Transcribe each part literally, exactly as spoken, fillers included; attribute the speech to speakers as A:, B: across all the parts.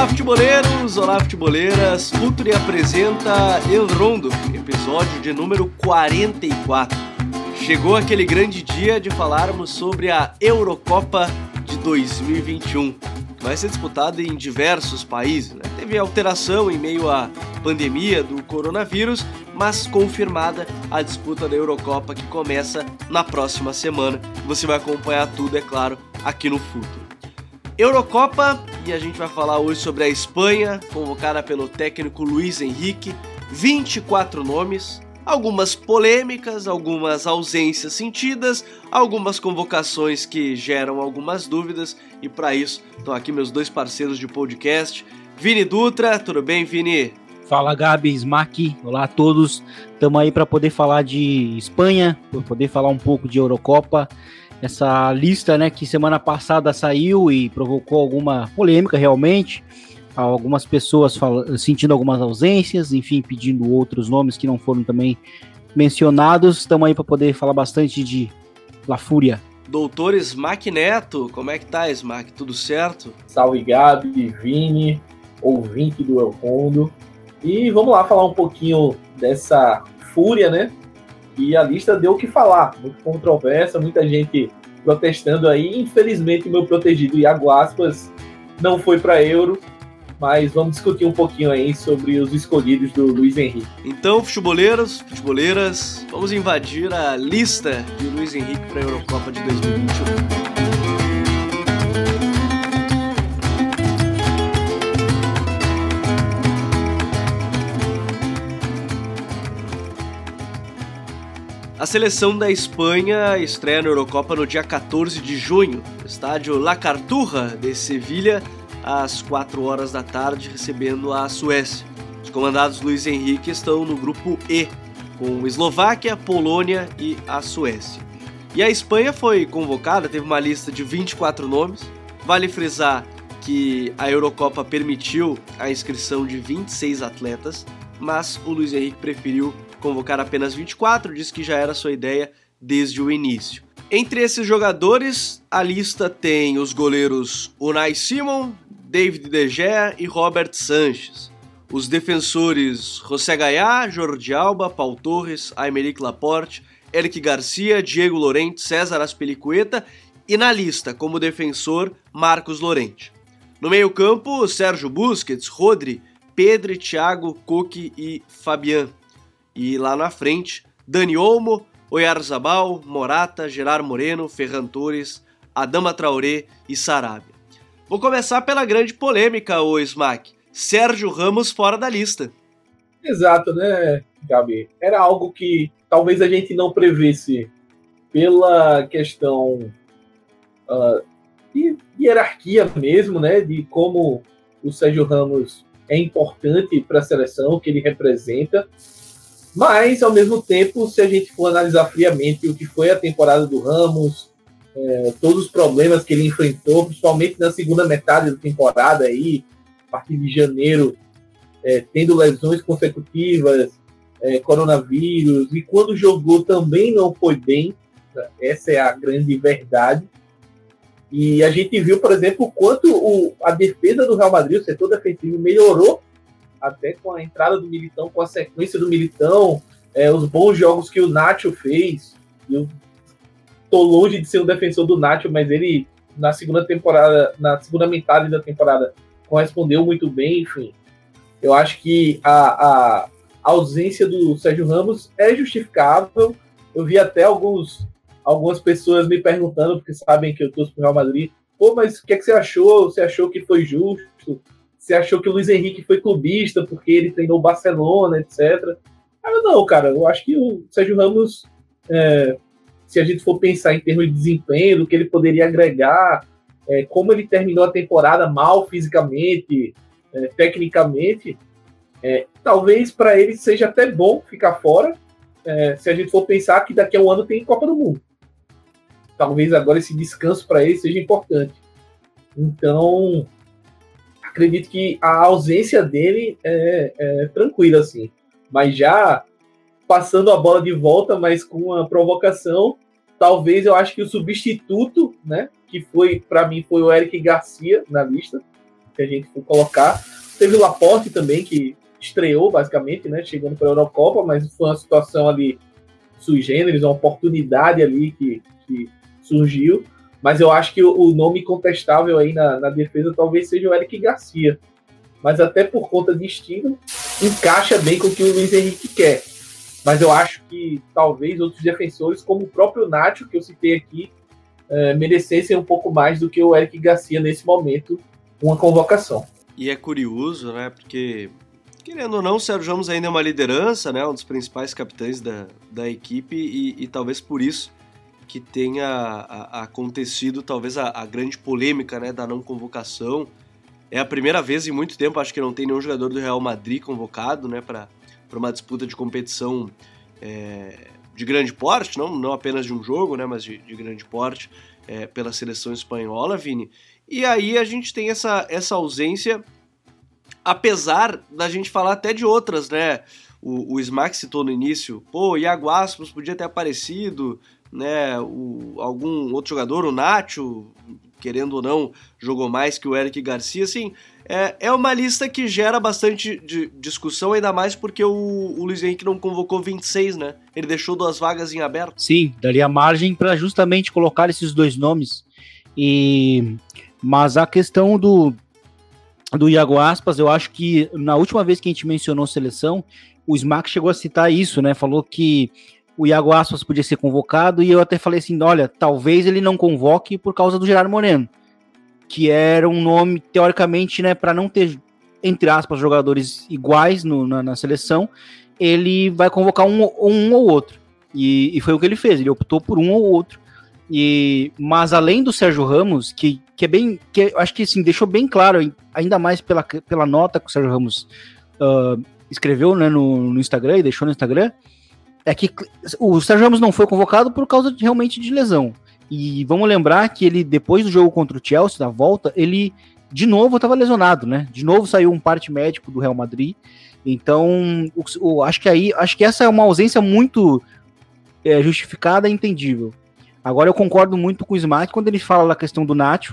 A: futeboleiros, olá futeboleiras, Futuri apresenta El Rondo, episódio de número quarenta e quatro. Chegou aquele grande dia de falarmos sobre a Eurocopa de dois mil e vinte e um, que vai ser disputada em diversos países, né? Teve alteração em meio à pandemia do coronavírus, mas confirmada a disputa da Eurocopa que começa na próxima semana. Você vai acompanhar tudo, é claro, aqui no Futuri. Eurocopa, e a gente vai falar hoje sobre a Espanha, convocada pelo técnico Luis Enrique, vinte e quatro nomes, algumas polêmicas, algumas ausências sentidas, algumas convocações que geram algumas dúvidas, e para isso estão aqui meus dois parceiros de podcast, Vini Dutra. Tudo bem, Vini?
B: Fala, Gabi, Smack, olá a todos, estamos aí para poder falar de Espanha, para poder falar um pouco de Eurocopa. Essa lista, né, que semana passada saiu e provocou alguma polêmica realmente, algumas pessoas fal- sentindo algumas ausências, enfim, pedindo outros nomes que não foram também mencionados. Estamos aí para poder falar bastante de La Fúria.
A: Doutor Smack Neto, como é que tá, Smack? Tudo certo?
C: Salve, Gabi, Vini, ouvinte do El Rondo. E vamos lá falar um pouquinho dessa fúria, né? E a lista deu o que falar, muito controversa, muita gente protestando aí. Infelizmente, o meu protegido Iago Aspas não foi para Euro, mas vamos discutir um pouquinho aí sobre os escolhidos do Luis Enrique.
A: Então, futeboleiros, futeboleiras, vamos invadir a lista de Luis Enrique para a Eurocopa de dois mil e vinte e um. A seleção da Espanha estreia na Eurocopa no dia quatorze de junho, no estádio La Cartuja de Sevilha, às quatro horas da tarde, recebendo a Suécia. Os comandados Luis Enrique estão no grupo E, com Eslováquia, Polônia e a Suécia. E a Espanha foi convocada, teve uma lista de vinte e quatro nomes. Vale frisar que a Eurocopa permitiu a inscrição de vinte e seis atletas, mas o Luis Enrique preferiu convocar apenas vinte e quatro, disse que já era sua ideia desde o início. Entre esses jogadores, a lista tem os goleiros Unai Simon, David De Gea e Robert Sanches. Os defensores José Gayá, Jordi Alba, Pau Torres, Aymeric Laporte, Eric Garcia, Diego Llorente, César Azpilicueta e na lista, como defensor, Marcos Llorente. No meio-campo, Sérgio Busquets, Rodri, Pedri, Thiago, Coque e Fabián. E lá na frente, Dani Olmo, Oyarzabal, Morata, Gerard Moreno, Ferran Torres, Adama Traoré e Sarabia. Vou começar pela grande polêmica, o Smack. Sérgio Ramos fora da lista.
C: Exato, né, Gabi? Era algo que talvez a gente não prevesse pela questão uh, de hierarquia mesmo, né? De como o Sérgio Ramos é importante para a seleção, que ele representa. Mas, ao mesmo tempo, se a gente for analisar friamente o que foi a temporada do Ramos, é, todos os problemas que ele enfrentou, principalmente na segunda metade da temporada, aí, a partir de janeiro, é, tendo lesões consecutivas, é, coronavírus, e quando jogou também não foi bem, essa é a grande verdade. E a gente viu, por exemplo, o quanto o, a defesa do Real Madrid, o setor defensivo, melhorou até com a entrada do Militão, com a sequência do Militão, é, os bons jogos que o Nacho fez. Eu tô longe de ser um defensor do Nacho, mas ele, na segunda temporada, na segunda metade da temporada, correspondeu muito bem, enfim. Eu acho que a, a ausência do Sérgio Ramos é justificável. Eu vi até alguns, algumas pessoas me perguntando, porque sabem que eu torço pro Real Madrid, pô, mas o que é que você achou? Você achou que foi justo? Você achou que o Luis Henrique foi clubista porque ele treinou o Barcelona, etcétera. Ah, não, cara, eu acho que o Sérgio Ramos, é, se a gente for pensar em termos de desempenho, do que ele poderia agregar, é, como ele terminou a temporada mal fisicamente, é, tecnicamente, é, talvez para ele seja até bom ficar fora, é, se a gente for pensar que daqui a um ano tem Copa do Mundo. Talvez agora esse descanso para ele seja importante. Então, acredito que a ausência dele é, é tranquila, assim. Mas já passando a bola de volta, mas com uma provocação, talvez eu acho que o substituto, né, que foi, para mim, foi o Eric Garcia na lista. se a gente for colocar. Teve o Laporte também, que estreou, basicamente, né, chegando para a Eurocopa, mas foi uma situação ali sui generis, uma oportunidade ali que, que surgiu. Mas eu acho que o, o nome contestável aí na, na defesa talvez seja o Eric Garcia. Mas até por conta de estilo, encaixa bem com o que o Luiz Henrique quer. Mas eu acho que talvez outros defensores, como o próprio Nacho, que eu citei aqui, é, merecessem um pouco mais do que o Eric Garcia nesse momento, uma convocação.
A: E é curioso, né, porque, querendo ou não, o Sérgio Ramos ainda é uma liderança, né, um dos principais capitães da, da equipe, e, e talvez por isso que tenha a, a acontecido talvez a, a grande polêmica, né, da não convocação. É a primeira vez em muito tempo, acho que não tem nenhum jogador do Real Madrid convocado, né, para uma disputa de competição é, de grande porte, não, não apenas de um jogo, né, mas de, de grande porte é, pela seleção espanhola, Vini. E aí a gente tem essa, essa ausência, apesar da gente falar até de outras, né? O, o Smack citou no início, pô, o Iago Aspas podia ter aparecido, né? O, algum outro jogador, o Nacho, querendo ou não, jogou mais que o Eric Garcia, assim, é, é uma lista que gera bastante de discussão, ainda mais porque o, o Luiz Henrique não convocou vinte e seis, né? Ele deixou duas vagas em aberto.
B: Sim, daria margem para justamente colocar esses dois nomes. E... Mas a questão do, do Iago Aspas, eu acho que na última vez que a gente mencionou seleção, o Smack chegou a citar isso, né? Falou que o Iago Aspas podia ser convocado, e eu até falei assim, olha, talvez ele não convoque por causa do Gerard Moreno, que era um nome, teoricamente, né, para não ter, entre aspas, jogadores iguais no, na, na seleção, ele vai convocar um, um ou outro. E, e foi o que ele fez, ele optou por um ou outro. E, mas além do Sérgio Ramos, que, que é bem, que eu acho que assim, deixou bem claro, ainda mais pela, pela nota que o Sérgio Ramos uh, escreveu, né, no, no Instagram e deixou no Instagram, é que o Sérgio Ramos não foi convocado por causa de, realmente de lesão. E vamos lembrar que ele, depois do jogo contra o Chelsea, da volta, ele de novo estava lesionado, né? De novo saiu um parte médico do Real Madrid. Então, o, o, acho que aí, acho que essa é uma ausência muito é, justificada e entendível. Agora eu concordo muito com o Smack quando ele fala da questão do Nacho.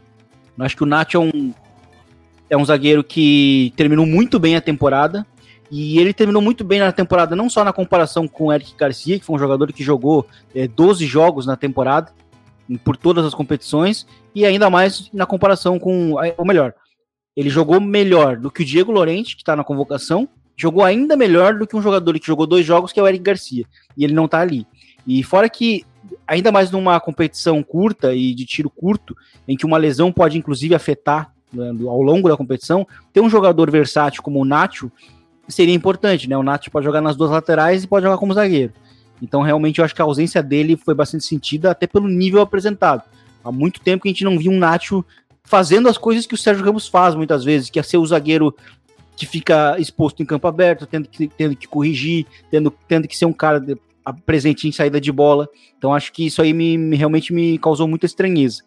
B: Eu acho que o Nacho é um, é um zagueiro que terminou muito bem a temporada, e ele terminou muito bem na temporada, não só na comparação com o Eric Garcia, que foi um jogador que jogou é, doze jogos na temporada, por todas as competições, e ainda mais na comparação com, ou melhor, ele jogou melhor do que o Diego Llorente, que está na convocação, jogou ainda melhor do que um jogador que jogou dois jogos, que é o Eric Garcia, e ele não está ali. E fora que, ainda mais numa competição curta e de tiro curto, em que uma lesão pode inclusive afetar, né, ao longo da competição, ter um jogador versátil como o Nacho seria importante, né? O Nacho pode jogar nas duas laterais e pode jogar como zagueiro. Então realmente eu acho que a ausência dele foi bastante sentida, até pelo nível apresentado. Há muito tempo que a gente não viu um Nacho fazendo as coisas que o Sérgio Ramos faz muitas vezes, que é ser o zagueiro que fica exposto em campo aberto, tendo que, tendo que corrigir, tendo, tendo que ser um cara de, presente em saída de bola. Então acho que isso aí me, me, realmente me causou muita estranheza.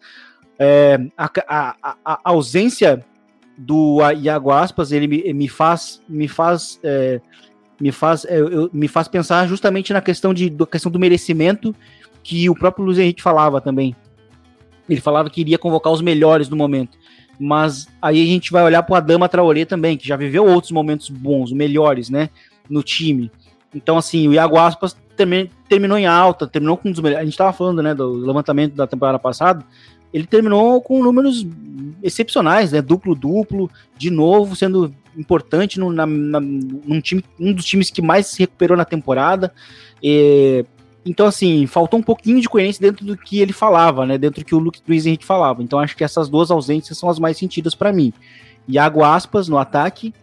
B: É, a, a, a, a ausência do Iago Aspas, ele me, me faz me faz, é, me, faz é, eu, me faz pensar justamente na questão, de, da questão do merecimento, que o próprio Luiz Henrique falava também. Ele falava que iria convocar os melhores no momento. Mas aí a gente vai olhar para o Adama Traoré também, que já viveu outros momentos bons, melhores, né, no time. Então, assim, o Iago Aspas termi- terminou em alta, terminou com um dos melhores. A gente estava falando, né, do levantamento da temporada passada. Ele terminou com números excepcionais, né, duplo-duplo, de novo, sendo importante no, na, na, num time, um dos times que mais se recuperou na temporada. E, então, assim, faltou um pouquinho de coerência dentro do que ele falava, né, dentro do que o Luiz Henrique falava. Então, acho que essas duas ausências são as mais sentidas para mim. Iago Aspas no ataque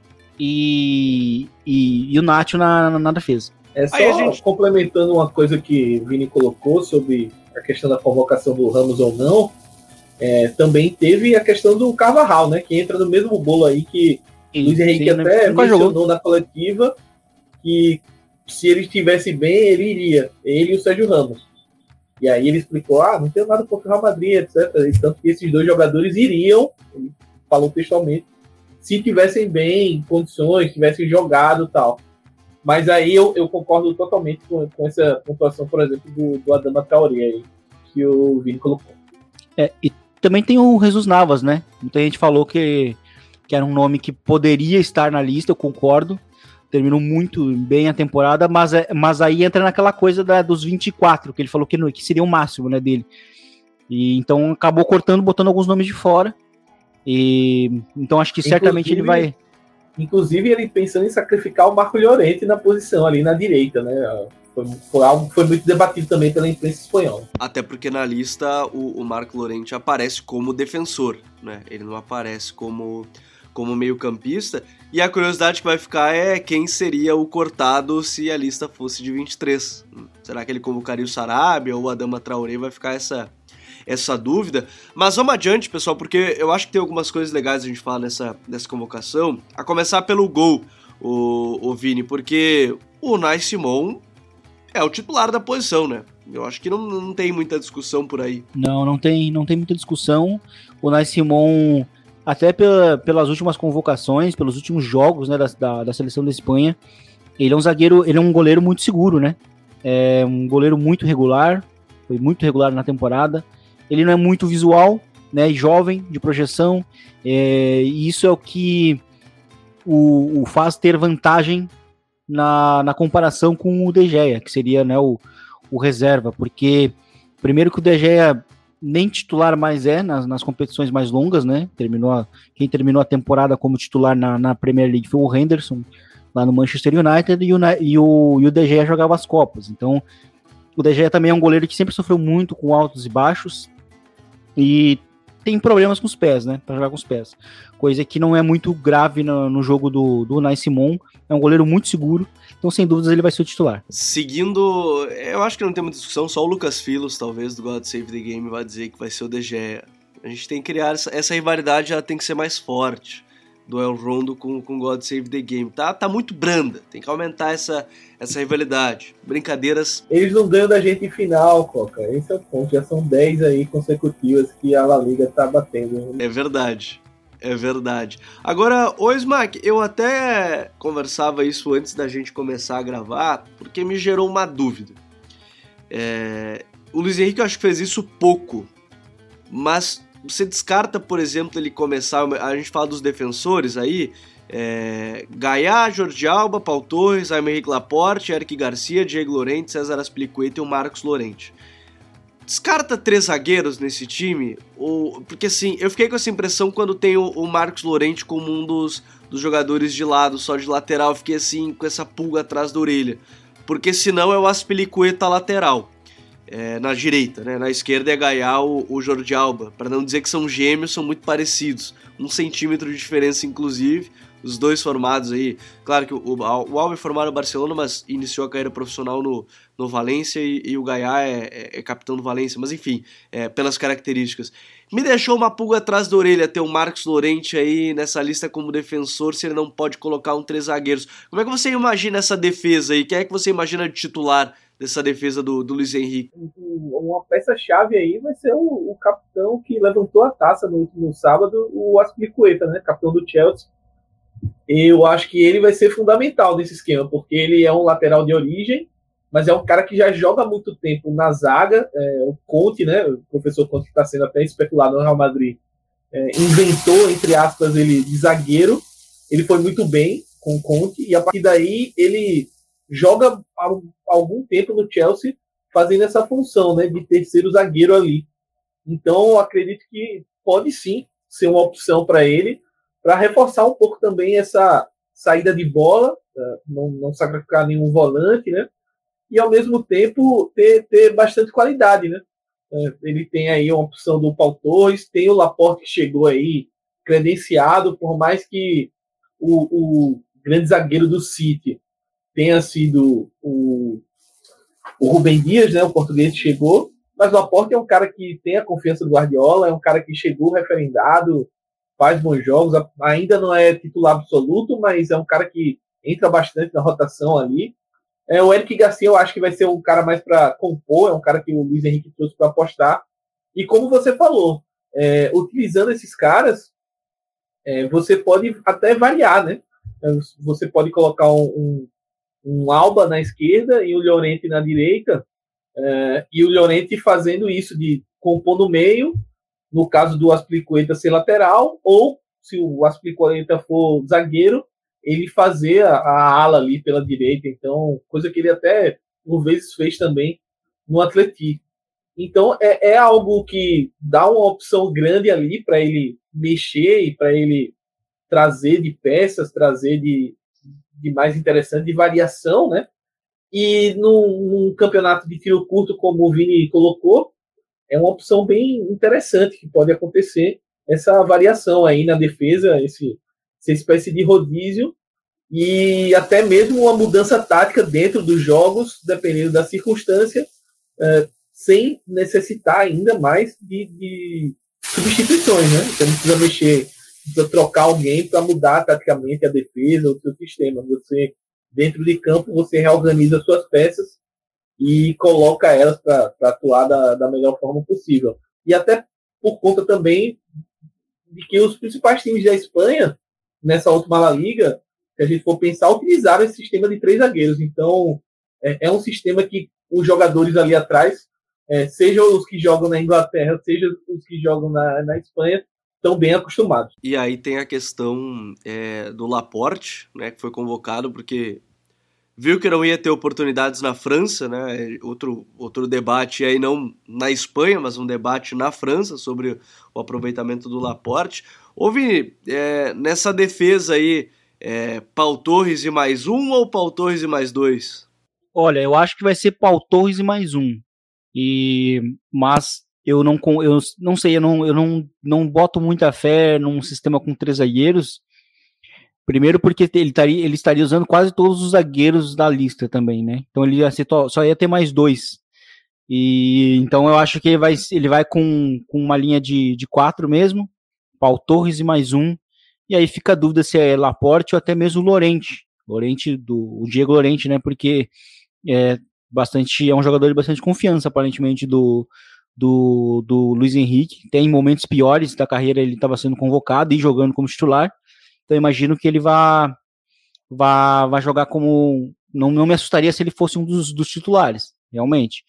B: e, e, e o Nacho na, na, na defesa.
C: É só Aí, gente... complementando uma coisa que o Vini colocou sobre a questão da convocação do Ramos ou não, é, também teve a questão do Carvajal, né, que entra no mesmo bolo aí que o Luiz Henrique sim, até mencionou jogou. na coletiva, que se ele estivesse bem, ele iria, ele e o Sérgio Ramos. E aí ele explicou, ah, não tenho nada contra o Real Madrid, etcétera. E tanto que esses dois jogadores iriam, ele falou textualmente, se tivessem bem, em condições, tivessem jogado e tal. Mas aí eu, eu concordo totalmente com, com essa pontuação, por exemplo, do, do Adama Traoré aí, que o Vini colocou.
B: É, e também tem o Jesus Navas, né? Muita gente falou que que era um nome que poderia estar na lista, eu concordo. Terminou muito bem a temporada, mas, mas aí entra naquela coisa da, dos vinte e quatro, que ele falou que, que seria o máximo, né, dele. E então acabou cortando, botando alguns nomes de fora. E então acho que inclusive, certamente ele vai...
C: Inclusive ele pensando em sacrificar o Marco Llorente na posição ali na direita, né? Foi, foi algo que foi muito debatido também pela imprensa espanhola.
A: Até porque na lista o, o Marco Llorente aparece como defensor, né? Ele não aparece como... como meio-campista, e a curiosidade que vai ficar é quem seria o cortado se a lista fosse de vinte e três. Será que ele convocaria o Sarabia ou o Adama Traoré? Vai ficar essa, essa dúvida. Mas vamos adiante, pessoal, porque eu acho que tem algumas coisas legais a gente falar nessa, nessa convocação, a começar pelo gol, o, o Vini, porque o Unai Simon é o titular da posição, né? Eu acho que não, não tem muita discussão por aí.
B: Não, não tem, não tem muita discussão. O Unai Simon... Até pela, pelas últimas convocações, pelos últimos jogos, né, da, da, da seleção da Espanha, ele é um zagueiro, ele é um goleiro muito seguro, né? É um goleiro muito regular, foi muito regular na temporada. Ele não é muito visual, né? Jovem, de projeção, é, e isso é o que o, o faz ter vantagem na, na comparação com o De Gea, que seria, né, o, o reserva, porque primeiro que o De Gea nem titular mais é nas, nas competições mais longas, né? Terminou a, quem terminou a temporada como titular na, na Premier League foi o Henderson, lá no Manchester United, e o, e o, e o De Gea jogava as Copas. Então, o De Gea também é um goleiro que sempre sofreu muito com altos e baixos, e tem problemas com os pés, né? Para jogar com os pés. Coisa que não é muito grave no, no jogo do, do Unai Simon. É um goleiro muito seguro, então sem dúvidas ele vai ser o titular.
A: Seguindo, eu acho que não tem muita discussão, só o Lucas Filos, talvez, do God Save the Game, vai dizer que vai ser o De Gea. A gente tem que criar essa, essa rivalidade, ela tem que ser mais forte, do El Rondo com o God Save the Game. Tá, tá muito branda, tem que aumentar essa, essa rivalidade. Brincadeiras...
C: Eles não ganham da gente em final, Coca, esse é o ponto. Já são dez aí consecutivas que a La Liga tá batendo.
A: É verdade. É verdade. Agora, ô Smack, eu até conversava isso antes da gente começar a gravar, porque me gerou uma dúvida. É... O Luiz Henrique eu acho que fez isso pouco, mas você descarta, por exemplo, ele começar... A gente fala dos defensores aí, é... Gaiá, Jordi Alba, Pau Torres, Aymeric Laporte, Eric Garcia, Diego Llorente, César Azpilicueta e o Marcos Llorente. Descarta três zagueiros nesse time, ou, porque assim, eu fiquei com essa impressão quando tem o, o Marcos Llorente como um dos, dos jogadores de lado, só de lateral, eu fiquei assim, com essa pulga atrás da orelha, porque senão é o Azpilicueta lateral, é, na direita, né? Na esquerda é Gaiá o, o Jordi Alba, para não dizer que são gêmeos, são muito parecidos, um centímetro de diferença inclusive, os dois formados aí, claro que o, o, o Alba é formado no Barcelona, mas iniciou a carreira profissional no, no Valência e, e o Gaiá é, é, é capitão do Valência, mas enfim, é, pelas características. Me deixou uma pulga atrás da orelha ter o Marcos Llorente aí nessa lista como defensor, se ele não pode colocar um três zagueiros. Como é que você imagina essa defesa aí? Quem é que você imagina de titular dessa defesa do, do Luiz Henrique?
C: Uma peça-chave aí vai ser o, o capitão que levantou a taça no último sábado, o Azpilicueta, né, capitão do Chelsea. Eu acho que ele vai ser fundamental nesse esquema, porque ele é um lateral de origem, mas é um cara que já joga há muito tempo na zaga. É, o Conte, né, o professor Conte, que está sendo até especulado no Real Madrid, é, inventou, entre aspas, ele de zagueiro. Ele foi muito bem com o Conte, e a partir daí ele joga há algum tempo no Chelsea fazendo essa função, né, de terceiro zagueiro ali. Então eu acredito que pode sim ser uma opção para ele, para reforçar um pouco também essa saída de bola, não, não sacrificar nenhum volante, né? E ao mesmo tempo ter, ter bastante qualidade, né? Ele tem aí uma opção do Pau Torres, tem o Laporte que chegou aí credenciado, por mais que o, o grande zagueiro do City tenha sido o, o Rubem Dias, né? O português que chegou, mas o Laporte é um cara que tem a confiança do Guardiola, é um cara que chegou referendado, faz bons jogos, ainda não é titular absoluto, mas é um cara que entra bastante na rotação ali. É, o Eric Garcia eu acho que vai ser um cara mais para compor, é um cara que o Luiz Henrique trouxe para apostar. E como você falou, é, utilizando esses caras, é, você pode até variar, né? Você pode colocar um, um, um Alba na esquerda e o Llorente na direita, é, e o Llorente fazendo isso de compor no meio, no caso do Azpilicueta ser lateral, ou se o Azpilicueta for zagueiro, ele fazer a, a ala ali pela direita, então, coisa que ele até por vezes fez também no Atleti. Então é, é algo que dá uma opção grande ali para ele mexer e para ele trazer de peças, trazer de, de mais interessante, de variação, né? E num, num campeonato de tiro curto, como o Vini colocou, é uma opção bem interessante que pode acontecer, essa variação aí na defesa, esse, essa espécie de rodízio, e até mesmo uma mudança tática dentro dos jogos, dependendo da circunstância, é, sem necessitar ainda mais de, de substituições, né? Você não precisa mexer, precisa trocar alguém para mudar taticamente a defesa, o seu sistema. Você, dentro de campo, você reorganiza suas peças e coloca elas para atuar da, da melhor forma possível. E até por conta também de que os principais times da Espanha, nessa última La Liga, se a gente for pensar, utilizaram esse sistema de três zagueiros. Então, é, é um sistema que os jogadores ali atrás, é, sejam os que jogam na Inglaterra, sejam os que jogam na, na Espanha, estão bem acostumados.
A: E aí tem a questão é, do Laporte, né, que foi convocado porque viu que não ia ter oportunidades na França, né? Outro, outro debate aí, não na Espanha, mas um debate na França sobre o aproveitamento do Laporte. Houve é, nessa defesa aí, é, Pau Torres e mais um ou Pau Torres e mais dois?
B: Olha, eu acho que vai ser Pau Torres e mais um. E, mas eu não, eu não sei, eu não, eu não, não boto muita fé num sistema com três zagueiros. Primeiro porque ele estaria, ele estaria usando quase todos os zagueiros da lista também, né? Então ele ia ser, só ia ter mais dois. E então eu acho que ele vai, ele vai com, com uma linha de, de quatro mesmo, Pau Torres e mais um. E aí fica a dúvida se é Laporte ou até mesmo o Llorente. Llorente do, o Diego Llorente, né? Porque é, bastante, é um jogador de bastante confiança, aparentemente, do, do, do Luiz Henrique. Tem momentos piores da carreira, ele estava sendo convocado e jogando como titular. Então eu imagino que ele vai vá, vá jogar como... Não, não me assustaria se ele fosse um dos, dos titulares, realmente.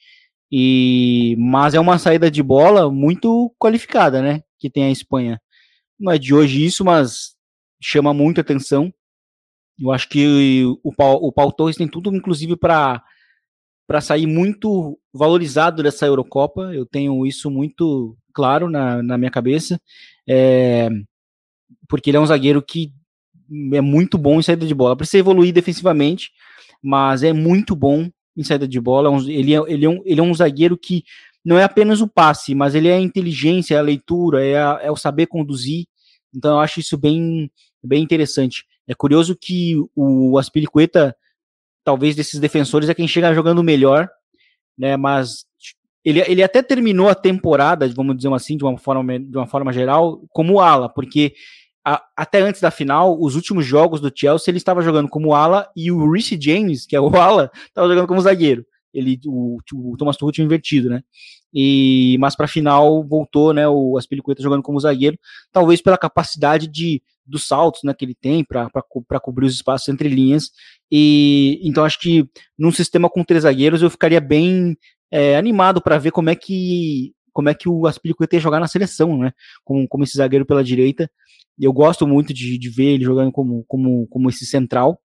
B: E, mas é uma saída de bola muito qualificada, né? Que tem a Espanha. Não é de hoje isso, mas chama muita atenção. Eu acho que o Pau, o Pau Torres tem tudo, inclusive, para para sair muito valorizado dessa Eurocopa. Eu tenho isso muito claro na, na minha cabeça. É... porque ele é um zagueiro que é muito bom em saída de bola. Precisa evoluir defensivamente, mas é muito bom em saída de bola. Ele é, ele é, um, ele é um zagueiro que não é apenas o passe, mas ele é a inteligência, é a leitura, é, a, é o saber conduzir. Então eu acho isso bem, bem interessante. É curioso que o Azpilicueta, talvez desses defensores, é quem chega jogando melhor, né? Mas ele, ele até terminou a temporada, vamos dizer assim, de uma forma, de uma forma geral, como ala, porque a, até antes da final, os últimos jogos do Chelsea, ele estava jogando como ala e o Reece James, que é o ala, estava jogando como zagueiro. Ele, o, o Thomas Tuchel tinha invertido, né? E, mas para a final voltou, né? O Azpilicueta jogando como zagueiro, talvez pela capacidade de dos saltos, né, que ele tem para co- cobrir os espaços entre linhas. E então acho que num sistema com três zagueiros eu ficaria bem é, animado para ver como é que como é que o Azpilicueta ia jogar na seleção, né? Como, como esse zagueiro pela direita. Eu gosto muito de, de ver ele jogando como, como, como esse central.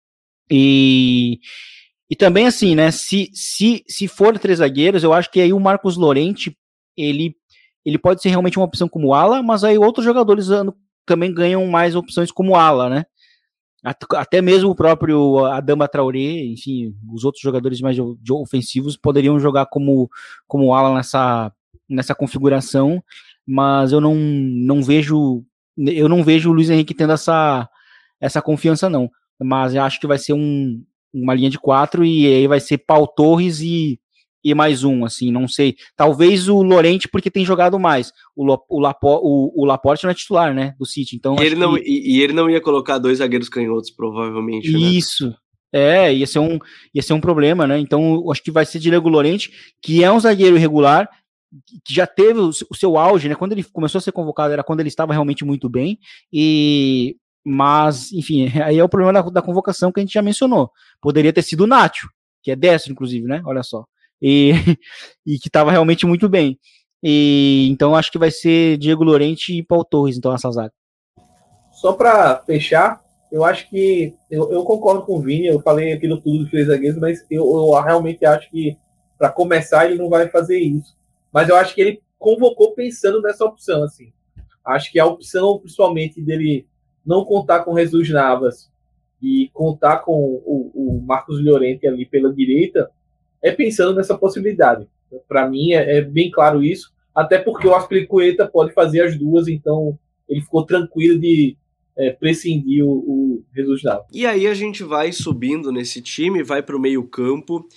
B: E E também assim, né, se, se, se for três zagueiros, eu acho que aí o Marcos Llorente, ele, ele pode ser realmente uma opção como ala, mas aí outros jogadores também ganham mais opções como ala, né? Até mesmo o próprio Adama Traoré, enfim, os outros jogadores mais ofensivos poderiam jogar como, como ala nessa, nessa configuração, mas eu não, não vejo eu não vejo o Luiz Henrique tendo essa, essa confiança não, mas eu acho que vai ser um uma linha de quatro, e aí vai ser Pau Torres e, e mais um, assim, não sei. Talvez o Llorente, porque tem jogado mais. O, o, Lapo, o, o Laporte não é titular, né, do City, então...
A: E ele, não,
B: que...
A: e, e ele não ia colocar dois zagueiros canhotos, provavelmente, né?
B: Isso, é, ia ser, um, ia ser um problema, né, então eu acho que vai ser Diego Llorente, que é um zagueiro irregular, que já teve o, o seu auge, né, quando ele começou a ser convocado, era quando ele estava realmente muito bem, e... Mas, enfim, aí é o problema da, da convocação que a gente já mencionou. Poderia ter sido o Nacho, que é destro, inclusive, né? Olha só. E, e que estava realmente muito bem. E, então, acho que vai ser Diego Llorente e Pau Torres, então, essa zaga.
C: só para fechar, eu acho que eu, eu concordo com o Vini, eu falei aquilo tudo dos três zagueiros, mas eu, eu realmente acho que para começar ele não vai fazer isso. Mas eu acho que ele convocou pensando nessa opção, assim. Acho que a opção, principalmente, dele não contar com Jesus Navas e contar com o, o Marcos Llorente ali pela direita, é pensando nessa possibilidade. Para mim é, é bem claro isso, até porque o Aspilicueta pode fazer as duas, então ele ficou tranquilo de é, prescindir o, o Jesus Navas.
A: E aí a gente vai subindo nesse time, vai para o meio campo.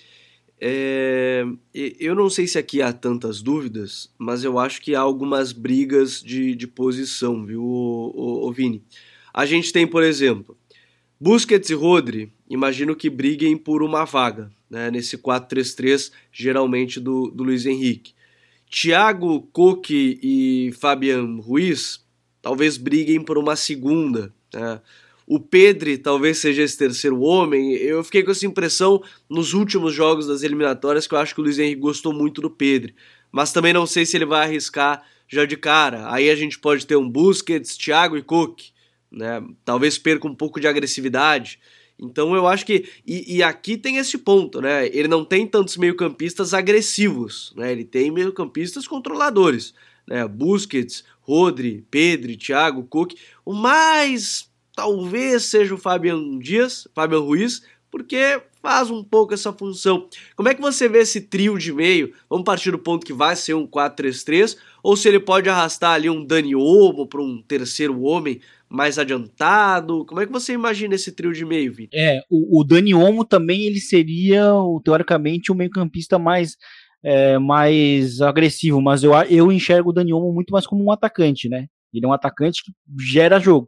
A: É, eu não sei se aqui há tantas dúvidas, mas eu acho que há algumas brigas de, de posição, viu, o, o, o Vini? A gente tem, por exemplo, Busquets e Rodri, imagino que briguem por uma vaga, né, nesse quatro três três, geralmente do, do Luiz Henrique. Thiago, Koke e Fabian Ruiz talvez briguem por uma segunda, né? O Pedri talvez seja esse terceiro homem. Eu fiquei com essa impressão nos últimos jogos das eliminatórias, que eu acho que o Luiz Henrique gostou muito do Pedri, mas também não sei se ele vai arriscar já de cara. Aí a gente pode ter um Busquets, Thiago e Koke, né? Talvez perca um pouco de agressividade. Então eu acho que... E, e aqui tem esse ponto, né? Ele não tem tantos meio-campistas agressivos, né? Ele tem meio-campistas controladores, né? Busquets, Rodri, Pedri, Thiago, Koke. O mais... talvez seja o Fabian Dias, Fabian Ruiz, porque faz um pouco essa função. Como é que você vê esse trio de meio? Vamos partir do ponto que vai ser um quatro três três, ou se ele pode arrastar ali um Dani Olmo para um terceiro homem mais adiantado? Como é que você imagina esse trio de meio, Vitor?
B: É, o, o Dani Olmo também ele seria, teoricamente, o meio-campista mais, é, mais agressivo, mas eu, eu enxergo o Dani Olmo muito mais como um atacante, né? Ele é um atacante que gera jogo.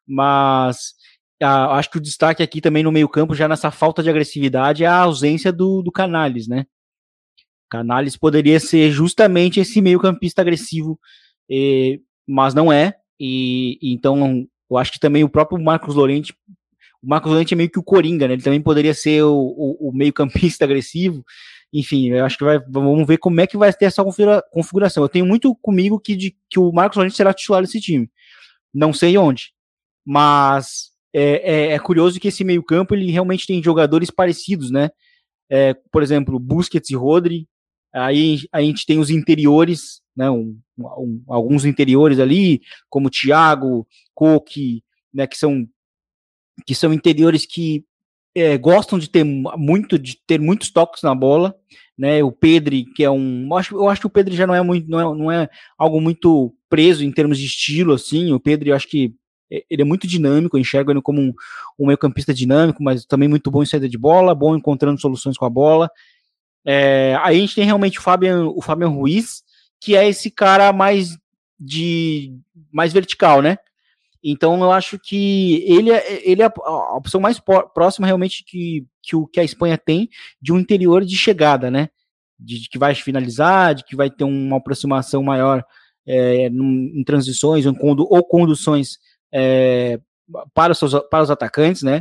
B: Mas ah, acho que o destaque aqui também no meio campo, já nessa falta de agressividade, é a ausência do, do Canales, né? Canales poderia ser justamente esse meio campista agressivo, eh, mas não é, e, e então eu acho que também o próprio Marcos Llorente, o Marcos Llorente é meio que o Coringa, né? Ele também poderia ser o, o, o meio campista agressivo. Enfim, eu acho que vai, vamos ver como é que vai ter essa configuração. Eu tenho muito comigo que, de, que o Marcos Llorente será titular desse time, não sei onde. Mas é, é, é curioso que esse meio-campo ele realmente tem jogadores parecidos, né? É, por exemplo, Busquets e Rodri. Aí a gente tem os interiores, né? Um, um, alguns interiores ali, como Thiago, Koke, né? Que são, que são interiores que é, gostam de ter muito, de ter muitos toques na bola, né? O Pedri, que é um, eu acho, eu acho que o Pedri já não é muito, não é, não é algo muito preso em termos de estilo, assim. O Pedri, eu acho que ele é muito dinâmico, eu enxergo ele como um, um meio-campista dinâmico, mas também muito bom em saída de bola, bom encontrando soluções com a bola. É, aí a gente tem realmente o Fabian, o Fabian Ruiz, que é esse cara mais de mais vertical, né? Então eu acho que ele é, ele é a opção mais próxima realmente que, que, o, que a Espanha tem de um interior de chegada, né? De, de que vai finalizar, de que vai ter uma aproximação maior é, num, em transições ou, condu, ou conduções É, para, os seus, para os atacantes, né?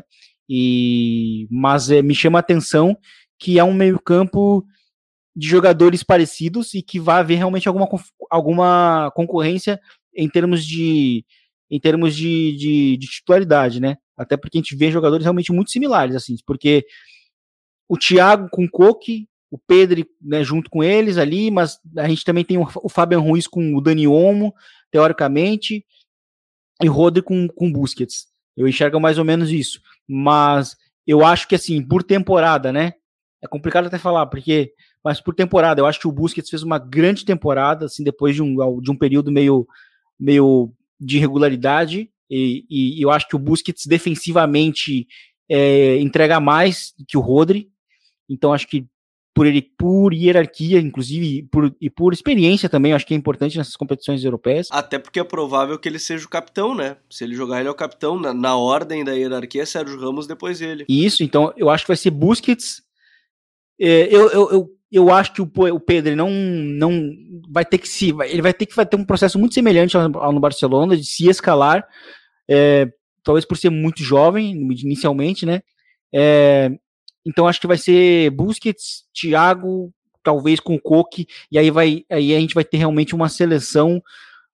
B: E, mas é, me chama a atenção que é um meio-campo de jogadores parecidos e que vai haver realmente alguma, alguma concorrência em termos de em termos de, de, de titularidade, né? Até porque a gente vê jogadores realmente muito similares, assim, porque o Thiago com o Koke, o Pedri, né, junto com eles ali, mas a gente também tem o, o Fabian Ruiz com o Dani Olmo, teoricamente, e Rodri com, com Busquets. Eu enxergo mais ou menos isso. Mas eu acho que, assim, por temporada, né? É complicado até falar, porque... Mas por temporada, eu acho que o Busquets fez uma grande temporada, assim, depois de um, de um período meio, meio de irregularidade. E, e eu acho que o Busquets, defensivamente, é, entrega mais que o Rodri. Então, acho que por, ele, por hierarquia, inclusive, e por, e por experiência também, acho que é importante nessas competições europeias.
A: Até porque é provável que ele seja o capitão, né? Se ele jogar, ele é o capitão. Na, na ordem da hierarquia, é Sérgio Ramos, depois ele.
B: Isso, então, eu acho que vai ser Busquets. É, eu, eu, eu, eu acho que o, o Pedro não, não vai ter que se... Ele vai ter que vai ter um processo muito semelhante ao, ao no Barcelona, de se escalar, é, talvez por ser muito jovem, inicialmente, né? É, então acho que vai ser Busquets, Thiago, talvez com o Koke, e aí, vai, aí a gente vai ter realmente uma seleção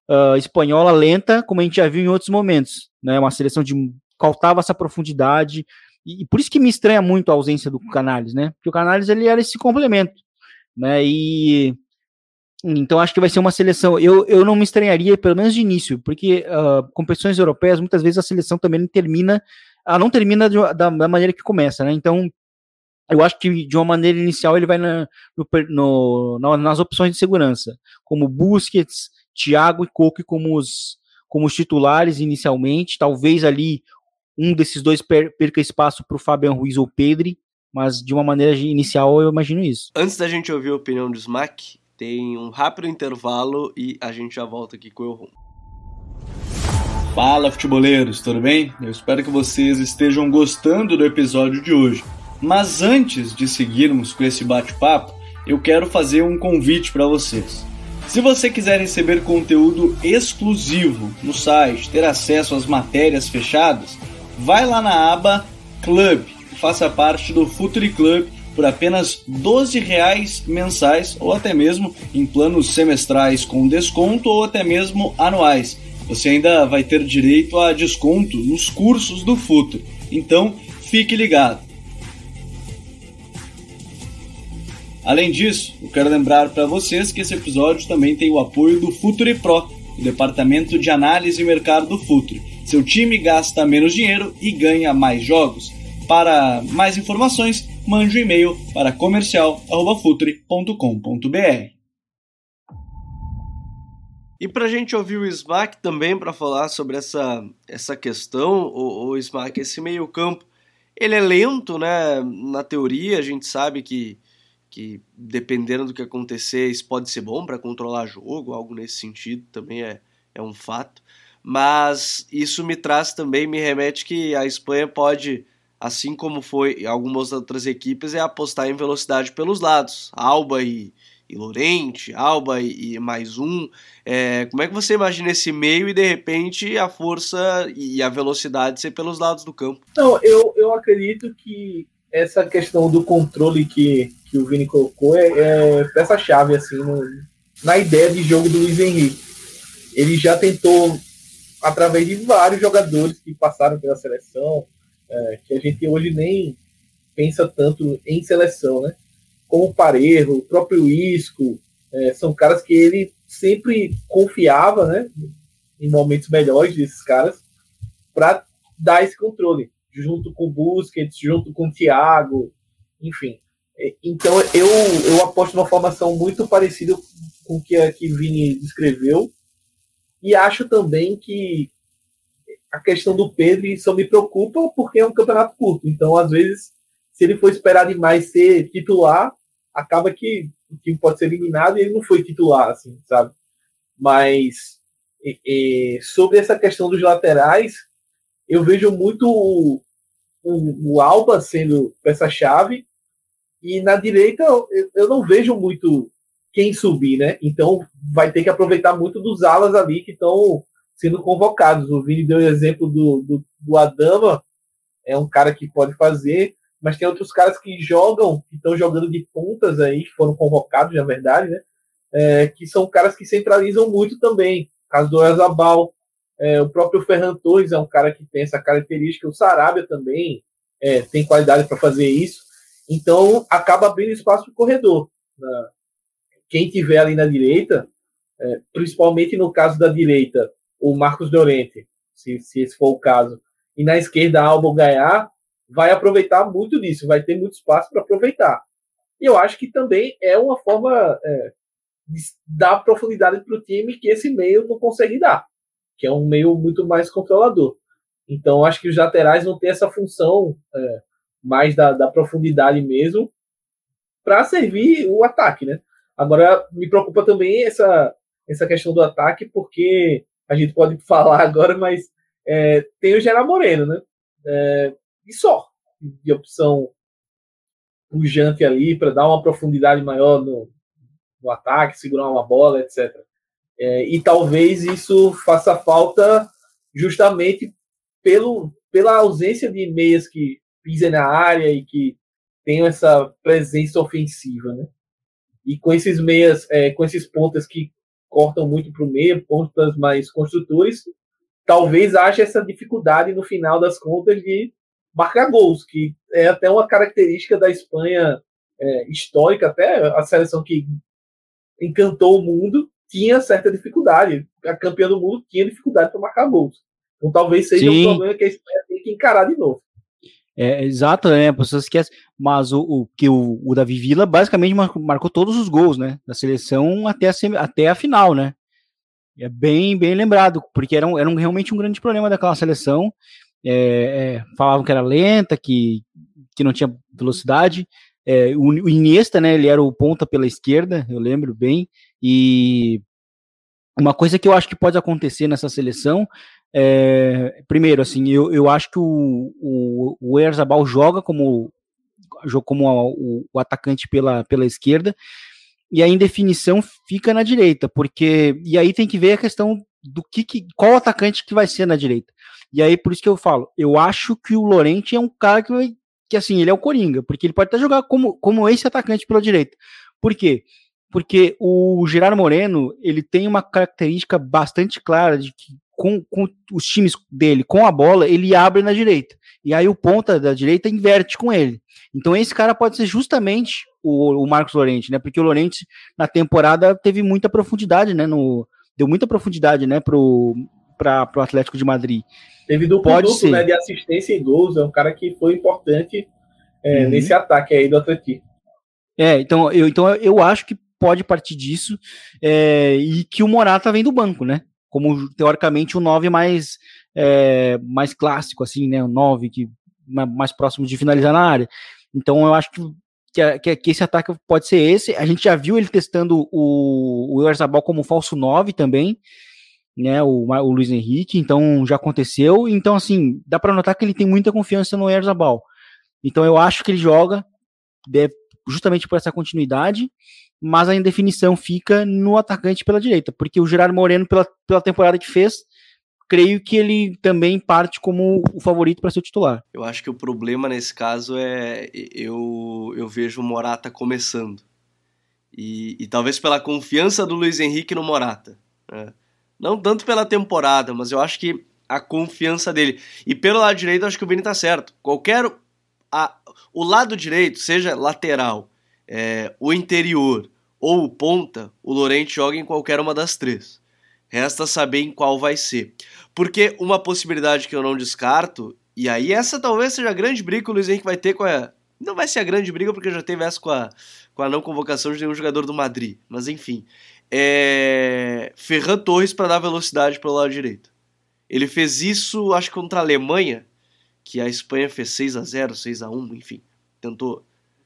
B: uh, espanhola lenta, como a gente já viu em outros momentos, né? Uma seleção de faltava essa profundidade, e, e por isso que me estranha muito a ausência do Canales, né? Porque o Canales ele era esse complemento, né? E então acho que vai ser uma seleção. Eu, eu não me estranharia, pelo menos de início, porque uh, competições europeias, muitas vezes a seleção também não termina, ela não termina de, da, da maneira que começa, né? Então, eu acho que de uma maneira inicial ele vai na, no, no, nas opções de segurança, como Busquets, Thiago e Koke como os, como os titulares inicialmente. Talvez ali um desses dois per, perca espaço para o Fabian Ruiz ou Pedri, mas de uma maneira inicial eu imagino isso.
A: Antes da gente ouvir a opinião do Smack, tem um rápido intervalo e a gente já volta aqui com o Euron.
D: Fala, futeboleiros, tudo bem? Eu espero que vocês estejam gostando do episódio de hoje. Mas antes de seguirmos com esse bate-papo, eu quero fazer um convite para vocês. Se você quiser receber conteúdo exclusivo no site, ter acesso às matérias fechadas, vai lá na aba Club e faça parte do Futuri Club por apenas doze reais mensais ou até mesmo em planos semestrais com desconto ou até mesmo anuais. Você ainda vai ter direito a desconto nos cursos do Futuri. Então, fique ligado. Além disso, eu quero lembrar para vocês que esse episódio também tem o apoio do Futuri Pro, o departamento de análise e mercado do Futuri. Seu time gasta menos dinheiro e ganha mais jogos. Para mais informações, mande um e-mail para comercial arroba futuri ponto com ponto b r.
A: E para a gente ouvir o Smack também para falar sobre essa, essa questão, o, o Smack, esse meio campo, ele é lento, né? Na teoria a gente sabe que que dependendo do que acontecer, isso pode ser bom para controlar jogo, algo nesse sentido também é, é um fato, mas isso me traz também, me remete que a Espanha pode, assim como foi algumas outras equipes, é apostar em velocidade pelos lados, Alba e, e Llorente, Alba e, e mais um, é, como é que você imagina esse meio e de repente a força e a velocidade ser pelos lados do campo?
C: Não, eu, eu acredito que essa questão do controle que, que o Vini colocou é, é peça-chave assim, no, na ideia de jogo do Luiz Henrique. Ele já tentou, através de vários jogadores que passaram pela seleção, é, que a gente hoje nem pensa tanto em seleção, né? Como o Parejo, o próprio Isco, é, são caras que ele sempre confiava, né, em momentos melhores desses caras, para dar esse controle, junto com o Busquets, junto com o Thiago, enfim. Então eu, eu aposto numa formação muito parecida com o que a que Vini descreveu, e acho também que a questão do Pedro só me preocupa porque é um campeonato curto, então às vezes se ele for esperar demais ser titular, acaba que o time pode ser eliminado e ele não foi titular, assim, sabe? Mas e, e, sobre essa questão dos laterais, eu vejo muito o, o, o Alba sendo peça-chave, e na direita eu, eu não vejo muito quem subir, né? Então vai ter que aproveitar muito dos alas ali que estão sendo convocados. O Vini deu o exemplo do, do, do Adama, é um cara que pode fazer, mas tem outros caras que jogam, que estão jogando de pontas aí, que foram convocados, na verdade, né? É, que são caras que centralizam muito também. O caso do Oyarzabal, é, o próprio Ferran Torres é um cara que tem essa característica, o Sarabia também é, tem qualidade para fazer isso. Então, acaba abrindo espaço para o corredor. Né? Quem tiver ali na direita, é, principalmente no caso da direita, o Marcos Llorente, se, se esse for o caso, e na esquerda, Alba Gaiá, vai aproveitar muito disso, vai ter muito espaço para aproveitar. E eu acho que também é uma forma é, de dar profundidade para o time que esse meio não consegue dar, que é um meio muito mais controlador. Então, acho que os laterais vão ter essa função é, mais da, da profundidade mesmo para servir o ataque, né? Agora, me preocupa também essa, essa questão do ataque, porque a gente pode falar agora, mas é, tem o Gerard Moreno, né? É, e só, de opção pujante ali para dar uma profundidade maior no, no ataque, segurar uma bola, etcétera. É, e talvez isso faça falta justamente pelo, pela ausência de meias que pisem na área e que tenham essa presença ofensiva, né? E com esses meias, é, com esses pontas que cortam muito para o meio, pontas mais construtores, talvez haja essa dificuldade no final das contas de marcar gols, que é até uma característica da Espanha é, histórica, até a seleção que encantou o mundo tinha certa dificuldade. A campeã do mundo tinha dificuldade para marcar gols. Então talvez seja Sim. um problema que a Espanha tem que encarar de novo.
B: É, exato, né? A pessoa esquece. Mas o, o, que o, o Davi Villa basicamente marcou, marcou todos os gols, né? Da seleção até a, até a final, né? É bem, bem lembrado, porque era, um, era um, realmente um grande problema daquela seleção. É, é, falavam que era lenta, que, que não tinha velocidade. É, o, o Iniesta, né? Ele era o ponta pela esquerda, eu lembro bem. E uma coisa que eu acho que pode acontecer nessa seleção é, primeiro, assim, eu, eu acho que o, o, o Oyarzabal joga como, como o, o atacante pela, pela esquerda, e a indefinição fica na direita, porque, e aí tem que ver a questão do que, que qual atacante que vai ser na direita. E aí, por isso que eu falo, eu acho que o Llorente é um cara que vai, que assim, ele é o Coringa, porque ele pode até jogar como, como esse atacante pela direita. Por quê? Porque o Gerard Moreno, ele tem uma característica bastante clara de que com, com os times dele, com a bola, ele abre na direita. E aí o ponta da direita inverte com ele. Então esse cara pode ser justamente o, o Marcos Llorente, né? Porque o Llorente, na temporada, teve muita profundidade, né? No, deu muita profundidade, né? Pro, pra, pro Atlético de Madrid.
C: Teve duplo duplo, né? De assistência e gols. É um cara que foi importante é, uhum. nesse ataque aí do Atlético.
B: É, então eu, então eu acho que pode partir disso, é, e que o Morata vem do banco, né? Como, teoricamente, o nove mais, é, mais clássico, assim, né? O nove que, mais próximo de finalizar na área. Então, eu acho que, que, que esse ataque pode ser esse. A gente já viu ele testando o, o Oyarzabal como falso nove também, né? O, o Luiz Henrique, então já aconteceu. Então, assim, dá para notar que ele tem muita confiança no Oyarzabal. Então, eu acho que ele joga deve, justamente por essa continuidade, mas a indefinição fica no atacante pela direita, porque o Gerard Moreno, pela, pela temporada que fez, creio que ele também parte como o favorito para ser o titular.
A: Eu acho que o problema nesse caso é eu, eu vejo o Morata começando, e, e talvez pela confiança do Luiz Henrique no Morata, né? Não tanto pela temporada, mas eu acho que a confiança dele, e pelo lado direito eu acho que o Vini tá certo, qualquer a, o lado direito, seja lateral, é, o interior ou o ponta, o Llorente joga em qualquer uma das três. Resta saber em qual vai ser. Porque uma possibilidade que eu não descarto, e aí essa talvez seja a grande briga que o Luiz Henrique vai ter com a... Não vai ser a grande briga porque já teve essa com a, com a não convocação de nenhum jogador do Madrid. Mas enfim. É... Ferran Torres para dar velocidade pelo lado direito. Ele fez isso, acho que contra a Alemanha, que a Espanha fez seis a zero, seis a um, enfim. Tentou...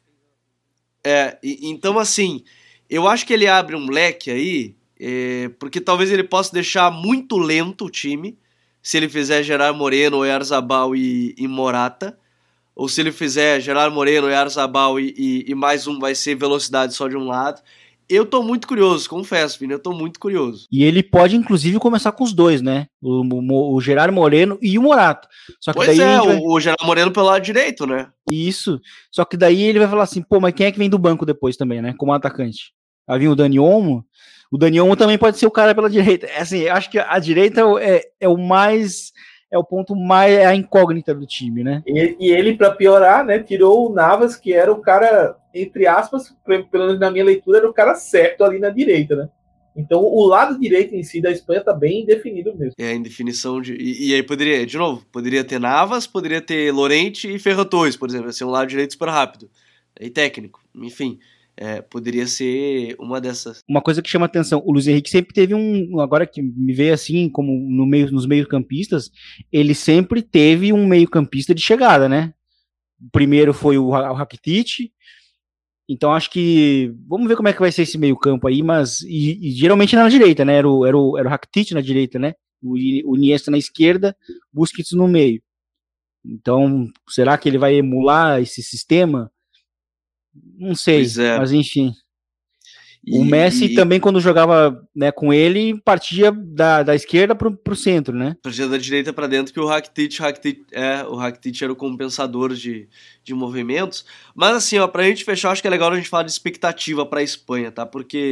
A: É, e, então assim... Eu acho que ele abre um leque aí, é, porque talvez ele possa deixar muito lento o time, se ele fizer Gerard Moreno, Oyarzabal e, e Morata, ou se ele fizer Gerard Moreno, Oyarzabal e, e, e mais um vai ser velocidade só de um lado. Eu tô muito curioso, confesso, Vini, eu tô muito curioso.
B: E ele pode, inclusive, começar com os dois, né? O, o, o Gerard Moreno e o Morata. Só que
A: pois
B: daí
A: é,
B: vai...
A: o Gerard Moreno pelo lado direito, né?
B: Isso. Só que daí ele vai falar assim, pô, mas quem é que vem do banco depois também, né? Como atacante. Vai vir o Dani Olmo. O Dani Olmo também pode ser o cara pela direita. É assim, acho que a direita é, é o mais... É o ponto mais... É a incógnita do time, né?
C: E, e ele, pra piorar, né? Tirou o Navas, que era o cara... entre aspas, pelo menos na minha leitura, era o cara certo ali na direita, né? Então o lado direito em si da Espanha tá bem indefinido mesmo.
A: É, a indefinição de... E, e aí poderia, de novo, poderia ter Navas, poderia ter Llorente e Ferran Torres, por exemplo, ser um lado direito super rápido. E técnico, enfim. É, poderia ser uma dessas.
B: Uma coisa que chama atenção, o Luiz Henrique sempre teve um, agora que me veio assim, como no meio, nos meio campistas, ele sempre teve um meio campista de chegada, né? O primeiro foi o, o Rakitic. Então acho que, vamos ver como é que vai ser esse meio campo aí, mas, e, e geralmente na direita, né, era o, era o, era o Rakitic na direita, né, o, o Iniesta na esquerda, Busquets no meio. Então, será que ele vai emular esse sistema? Não sei, é. Mas enfim. E, o Messi e... também, quando jogava, né, com ele, partia da, da esquerda pro, pro centro, né?
A: Partia da direita para dentro, que o Rakitic, Rakitic, é, o Rakitic era o compensador de, de movimentos. Mas assim, ó, pra gente fechar, acho que é legal a gente falar de expectativa pra Espanha, tá? Porque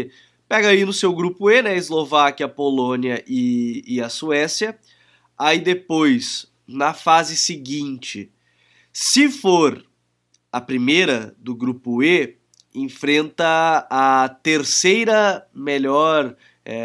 A: Pega aí no seu grupo E, né, Eslováquia, Polônia e, e a Suécia. Aí depois, na fase seguinte, se for a primeira do grupo E, enfrenta a terceira melhor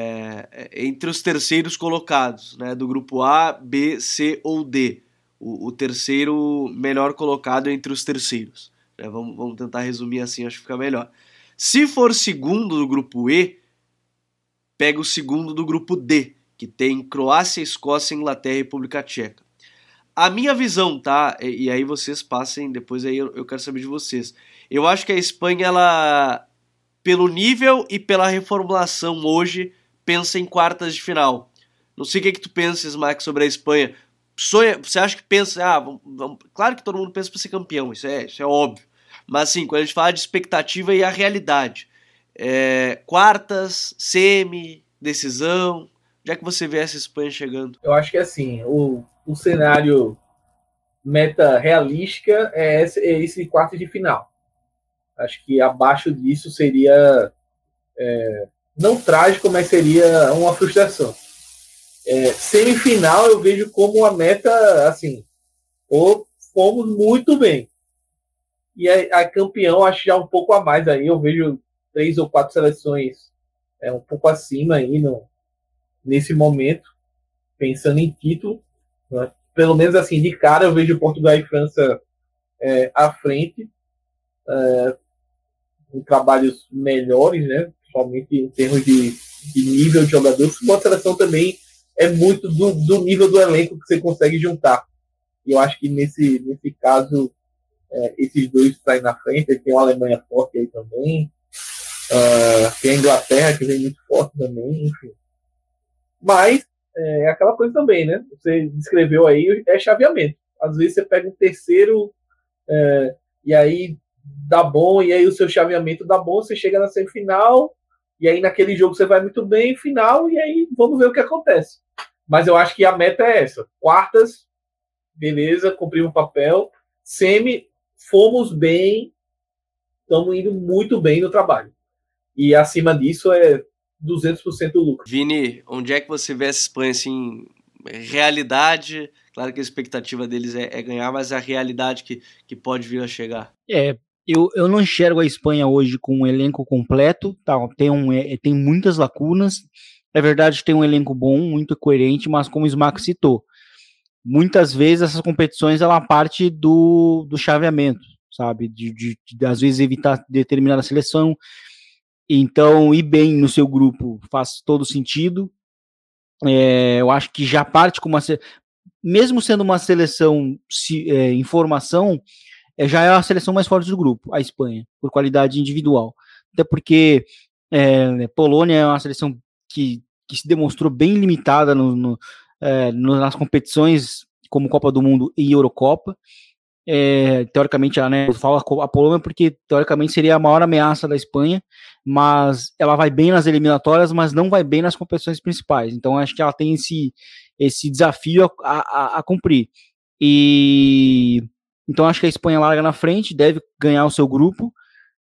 A: é, entre os terceiros colocados, né, do grupo A, B, C ou D. O, o terceiro melhor colocado entre os terceiros. Né, vamos, vamos tentar resumir assim, acho que fica melhor. Se for segundo do grupo E, pega o segundo do grupo D, que tem Croácia, Escócia, Inglaterra e República Tcheca. A minha visão, tá? E, e aí vocês passem, depois aí eu, eu quero saber de vocês. Eu acho que a Espanha, ela, pelo nível e pela reformulação hoje, pensa em quartas de final. Não sei o que, que tu pensas, Max, sobre a Espanha. Sonha, você acha que pensa... Ah, vamos, vamos, claro que todo mundo pensa para ser campeão, isso é, isso é óbvio. Mas assim, quando a gente fala de expectativa e a realidade, é, quartas, semi, decisão, onde é que você vê essa Espanha chegando?
C: Eu acho que assim, o, o cenário meta realística é esse, é esse quarto de final. Acho que abaixo disso seria é, não trágico, mas seria uma frustração. É, semifinal eu vejo como a meta, assim, ou fomos muito bem. E a, a campeão acho já um pouco a mais aí, eu vejo três ou quatro seleções é, um pouco acima aí no, nesse momento, pensando em título, né? Pelo menos assim, de cara eu vejo Portugal e França é, à frente, é, em trabalhos melhores, né? Principalmente em termos de, de nível de jogador. A seleção também é muito do, do nível do elenco que você consegue juntar. E eu acho que nesse, nesse caso, é, esses dois saem na frente. Tem a Alemanha forte aí também, uh, tem a Inglaterra que vem muito forte também, enfim. Mas é aquela coisa também, né? Você descreveu aí, é chaveamento. Às vezes você pega um terceiro é, e aí dá bom, e aí o seu chaveamento dá bom, você chega na semifinal, e aí naquele jogo você vai muito bem, final, e aí vamos ver o que acontece. Mas eu acho que a meta é essa. Quartas, beleza, cumprimos o papel. Semi, fomos bem, estamos indo muito bem no trabalho. E acima disso é duzentos por cento lucro.
A: Vini, onde é que você vê essa Espanha, assim, realidade? Claro que a expectativa deles é, é ganhar, mas a realidade que, que pode vir a chegar.
B: É, eu, eu não enxergo a Espanha hoje com um elenco completo, tá? Tem, um, é, tem muitas lacunas. É verdade que tem um elenco bom, muito coerente, mas como o Smack citou, muitas vezes essas competições ela parte do, do chaveamento, sabe? De, de, de às vezes evitar determinada seleção. Então, ir bem no seu grupo faz todo sentido. É, eu acho que já parte com uma... Mesmo sendo uma seleção se, é, em formação, é, já é a seleção mais forte do grupo, a Espanha, por qualidade individual. Até porque é, Polônia é uma seleção que, que se demonstrou bem limitada no, no, é, no, nas competições como Copa do Mundo e Eurocopa. É, teoricamente, né, eu falo a Polônia porque teoricamente seria a maior ameaça da Espanha, mas ela vai bem nas eliminatórias, mas não vai bem nas competições principais. Então acho que ela tem esse, esse desafio a, a, a cumprir. E então acho que a Espanha larga na frente, deve ganhar o seu grupo.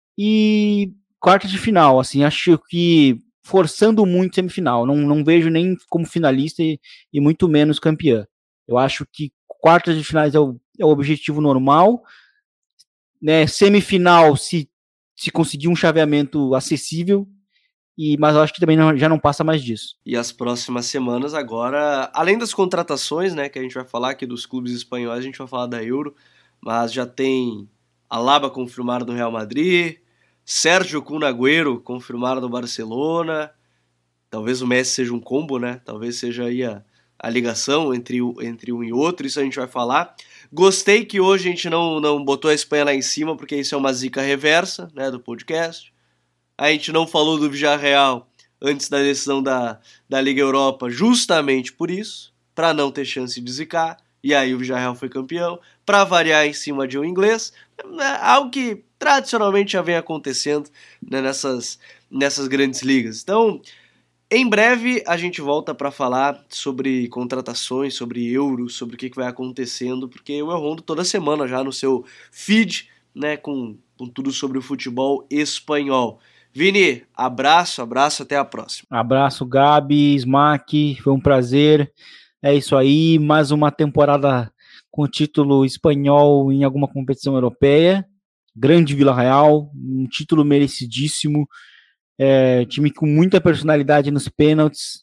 B: E quarta de final, assim, acho que forçando muito semifinal. Não, não vejo nem como finalista e, e muito menos campeã. Eu acho que quartas de finais é o, é o objetivo normal, né? Semifinal, se, se conseguir um chaveamento acessível, e, mas eu acho que também não, já não passa mais disso.
A: E as próximas semanas agora, além das contratações, né, que a gente vai falar aqui dos clubes espanhóis, a gente vai falar da Euro, mas já tem Alaba confirmado no Real Madrid, Sérgio Kun Agüero confirmado no Barcelona, talvez o Messi seja um combo, né, talvez seja aí a a ligação entre, entre um e outro, isso a gente vai falar. Gostei que hoje a gente não, não botou a Espanha lá em cima, porque isso é uma zica reversa, né, do podcast. A gente não falou do Villarreal antes da decisão da, da Liga Europa, justamente por isso, para não ter chance de zicar, e aí o Villarreal foi campeão, para variar em cima de um inglês, algo que tradicionalmente já vem acontecendo, né, nessas, nessas grandes ligas. Então, em breve a gente volta para falar sobre contratações, sobre Euro, sobre o que, que vai acontecendo, porque eu rondo toda semana já no seu feed, né, com, com tudo sobre o futebol espanhol. Vini, abraço, abraço, até a próxima.
B: Abraço, Gabi, Smack, foi um prazer. É isso aí, mais uma temporada com título espanhol em alguma competição europeia. Grande Vila Real, um título merecidíssimo. É, time com muita personalidade nos pênaltis.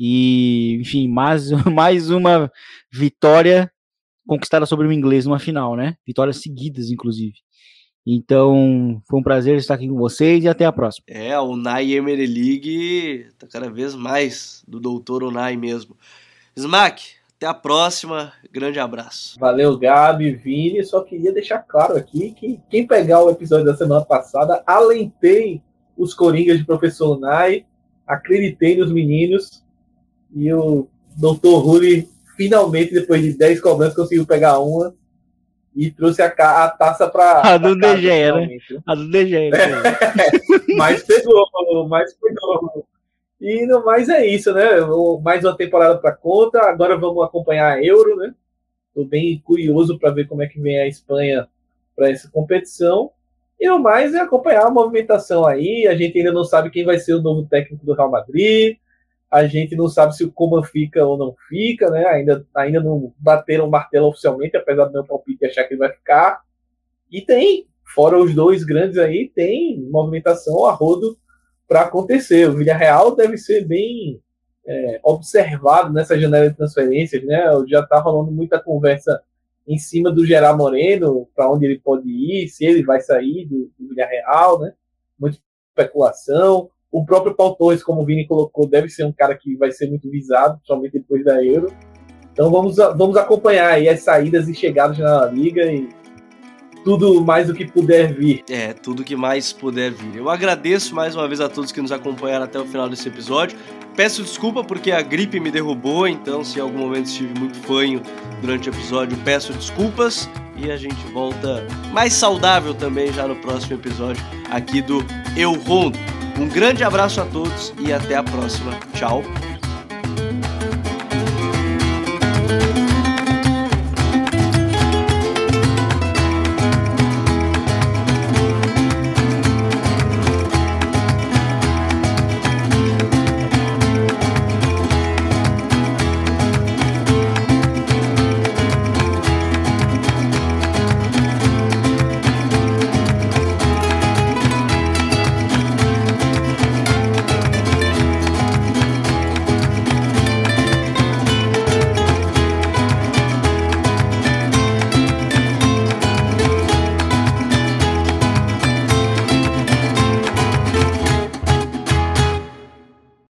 B: E, enfim, mais, mais uma vitória conquistada sobre o inglês numa final, né? Vitórias seguidas, inclusive. Então, foi um prazer estar aqui com vocês e até a próxima.
A: É, a Unai Emery League tá cada vez mais do doutor Unai mesmo. Smack, até a próxima, grande abraço.
C: Valeu, Gabi, Vini, só queria deixar claro aqui que quem pegar o episódio da semana passada, alentei os coringas de Professor Unai, acreditei nos meninos, e o doutor Rulli finalmente, depois de dez cobranças, conseguiu pegar uma e trouxe a, a taça para
B: a do D G, né? A do D G, né?
C: É, mas pegou, mas pegou. E no mais é isso, né? Mais uma temporada para conta. Agora vamos acompanhar a Euro, né? Estou bem curioso para ver como é que vem a Espanha para essa competição. E o mais é acompanhar a movimentação aí. A gente ainda não sabe quem vai ser o novo técnico do Real Madrid. A gente não sabe se o Koeman fica ou não fica, né? Ainda, ainda não bateram o martelo oficialmente, apesar do meu palpite achar que ele vai ficar. E tem, fora os dois grandes aí, tem movimentação a rodo para acontecer. O Villarreal deve ser bem é, observado nessa janela de transferências, né? Já está rolando muita conversa em cima do Gerard Moreno, para onde ele pode ir, se ele vai sair do, do Villarreal, né? Muita especulação. O próprio Paul Torres, como o Vini colocou, deve ser um cara que vai ser muito visado, somente depois da Euro. Então vamos, vamos acompanhar aí as saídas e chegadas na Liga e tudo mais o que puder vir.
A: É, tudo que mais puder vir. Eu agradeço mais uma vez a todos que nos acompanharam até o final desse episódio. Peço desculpa porque a gripe me derrubou, então se em algum momento estive muito fanho durante o episódio, peço desculpas. E a gente volta mais saudável também já no próximo episódio aqui do Eu Rondo. Um grande abraço a todos e até a próxima. Tchau.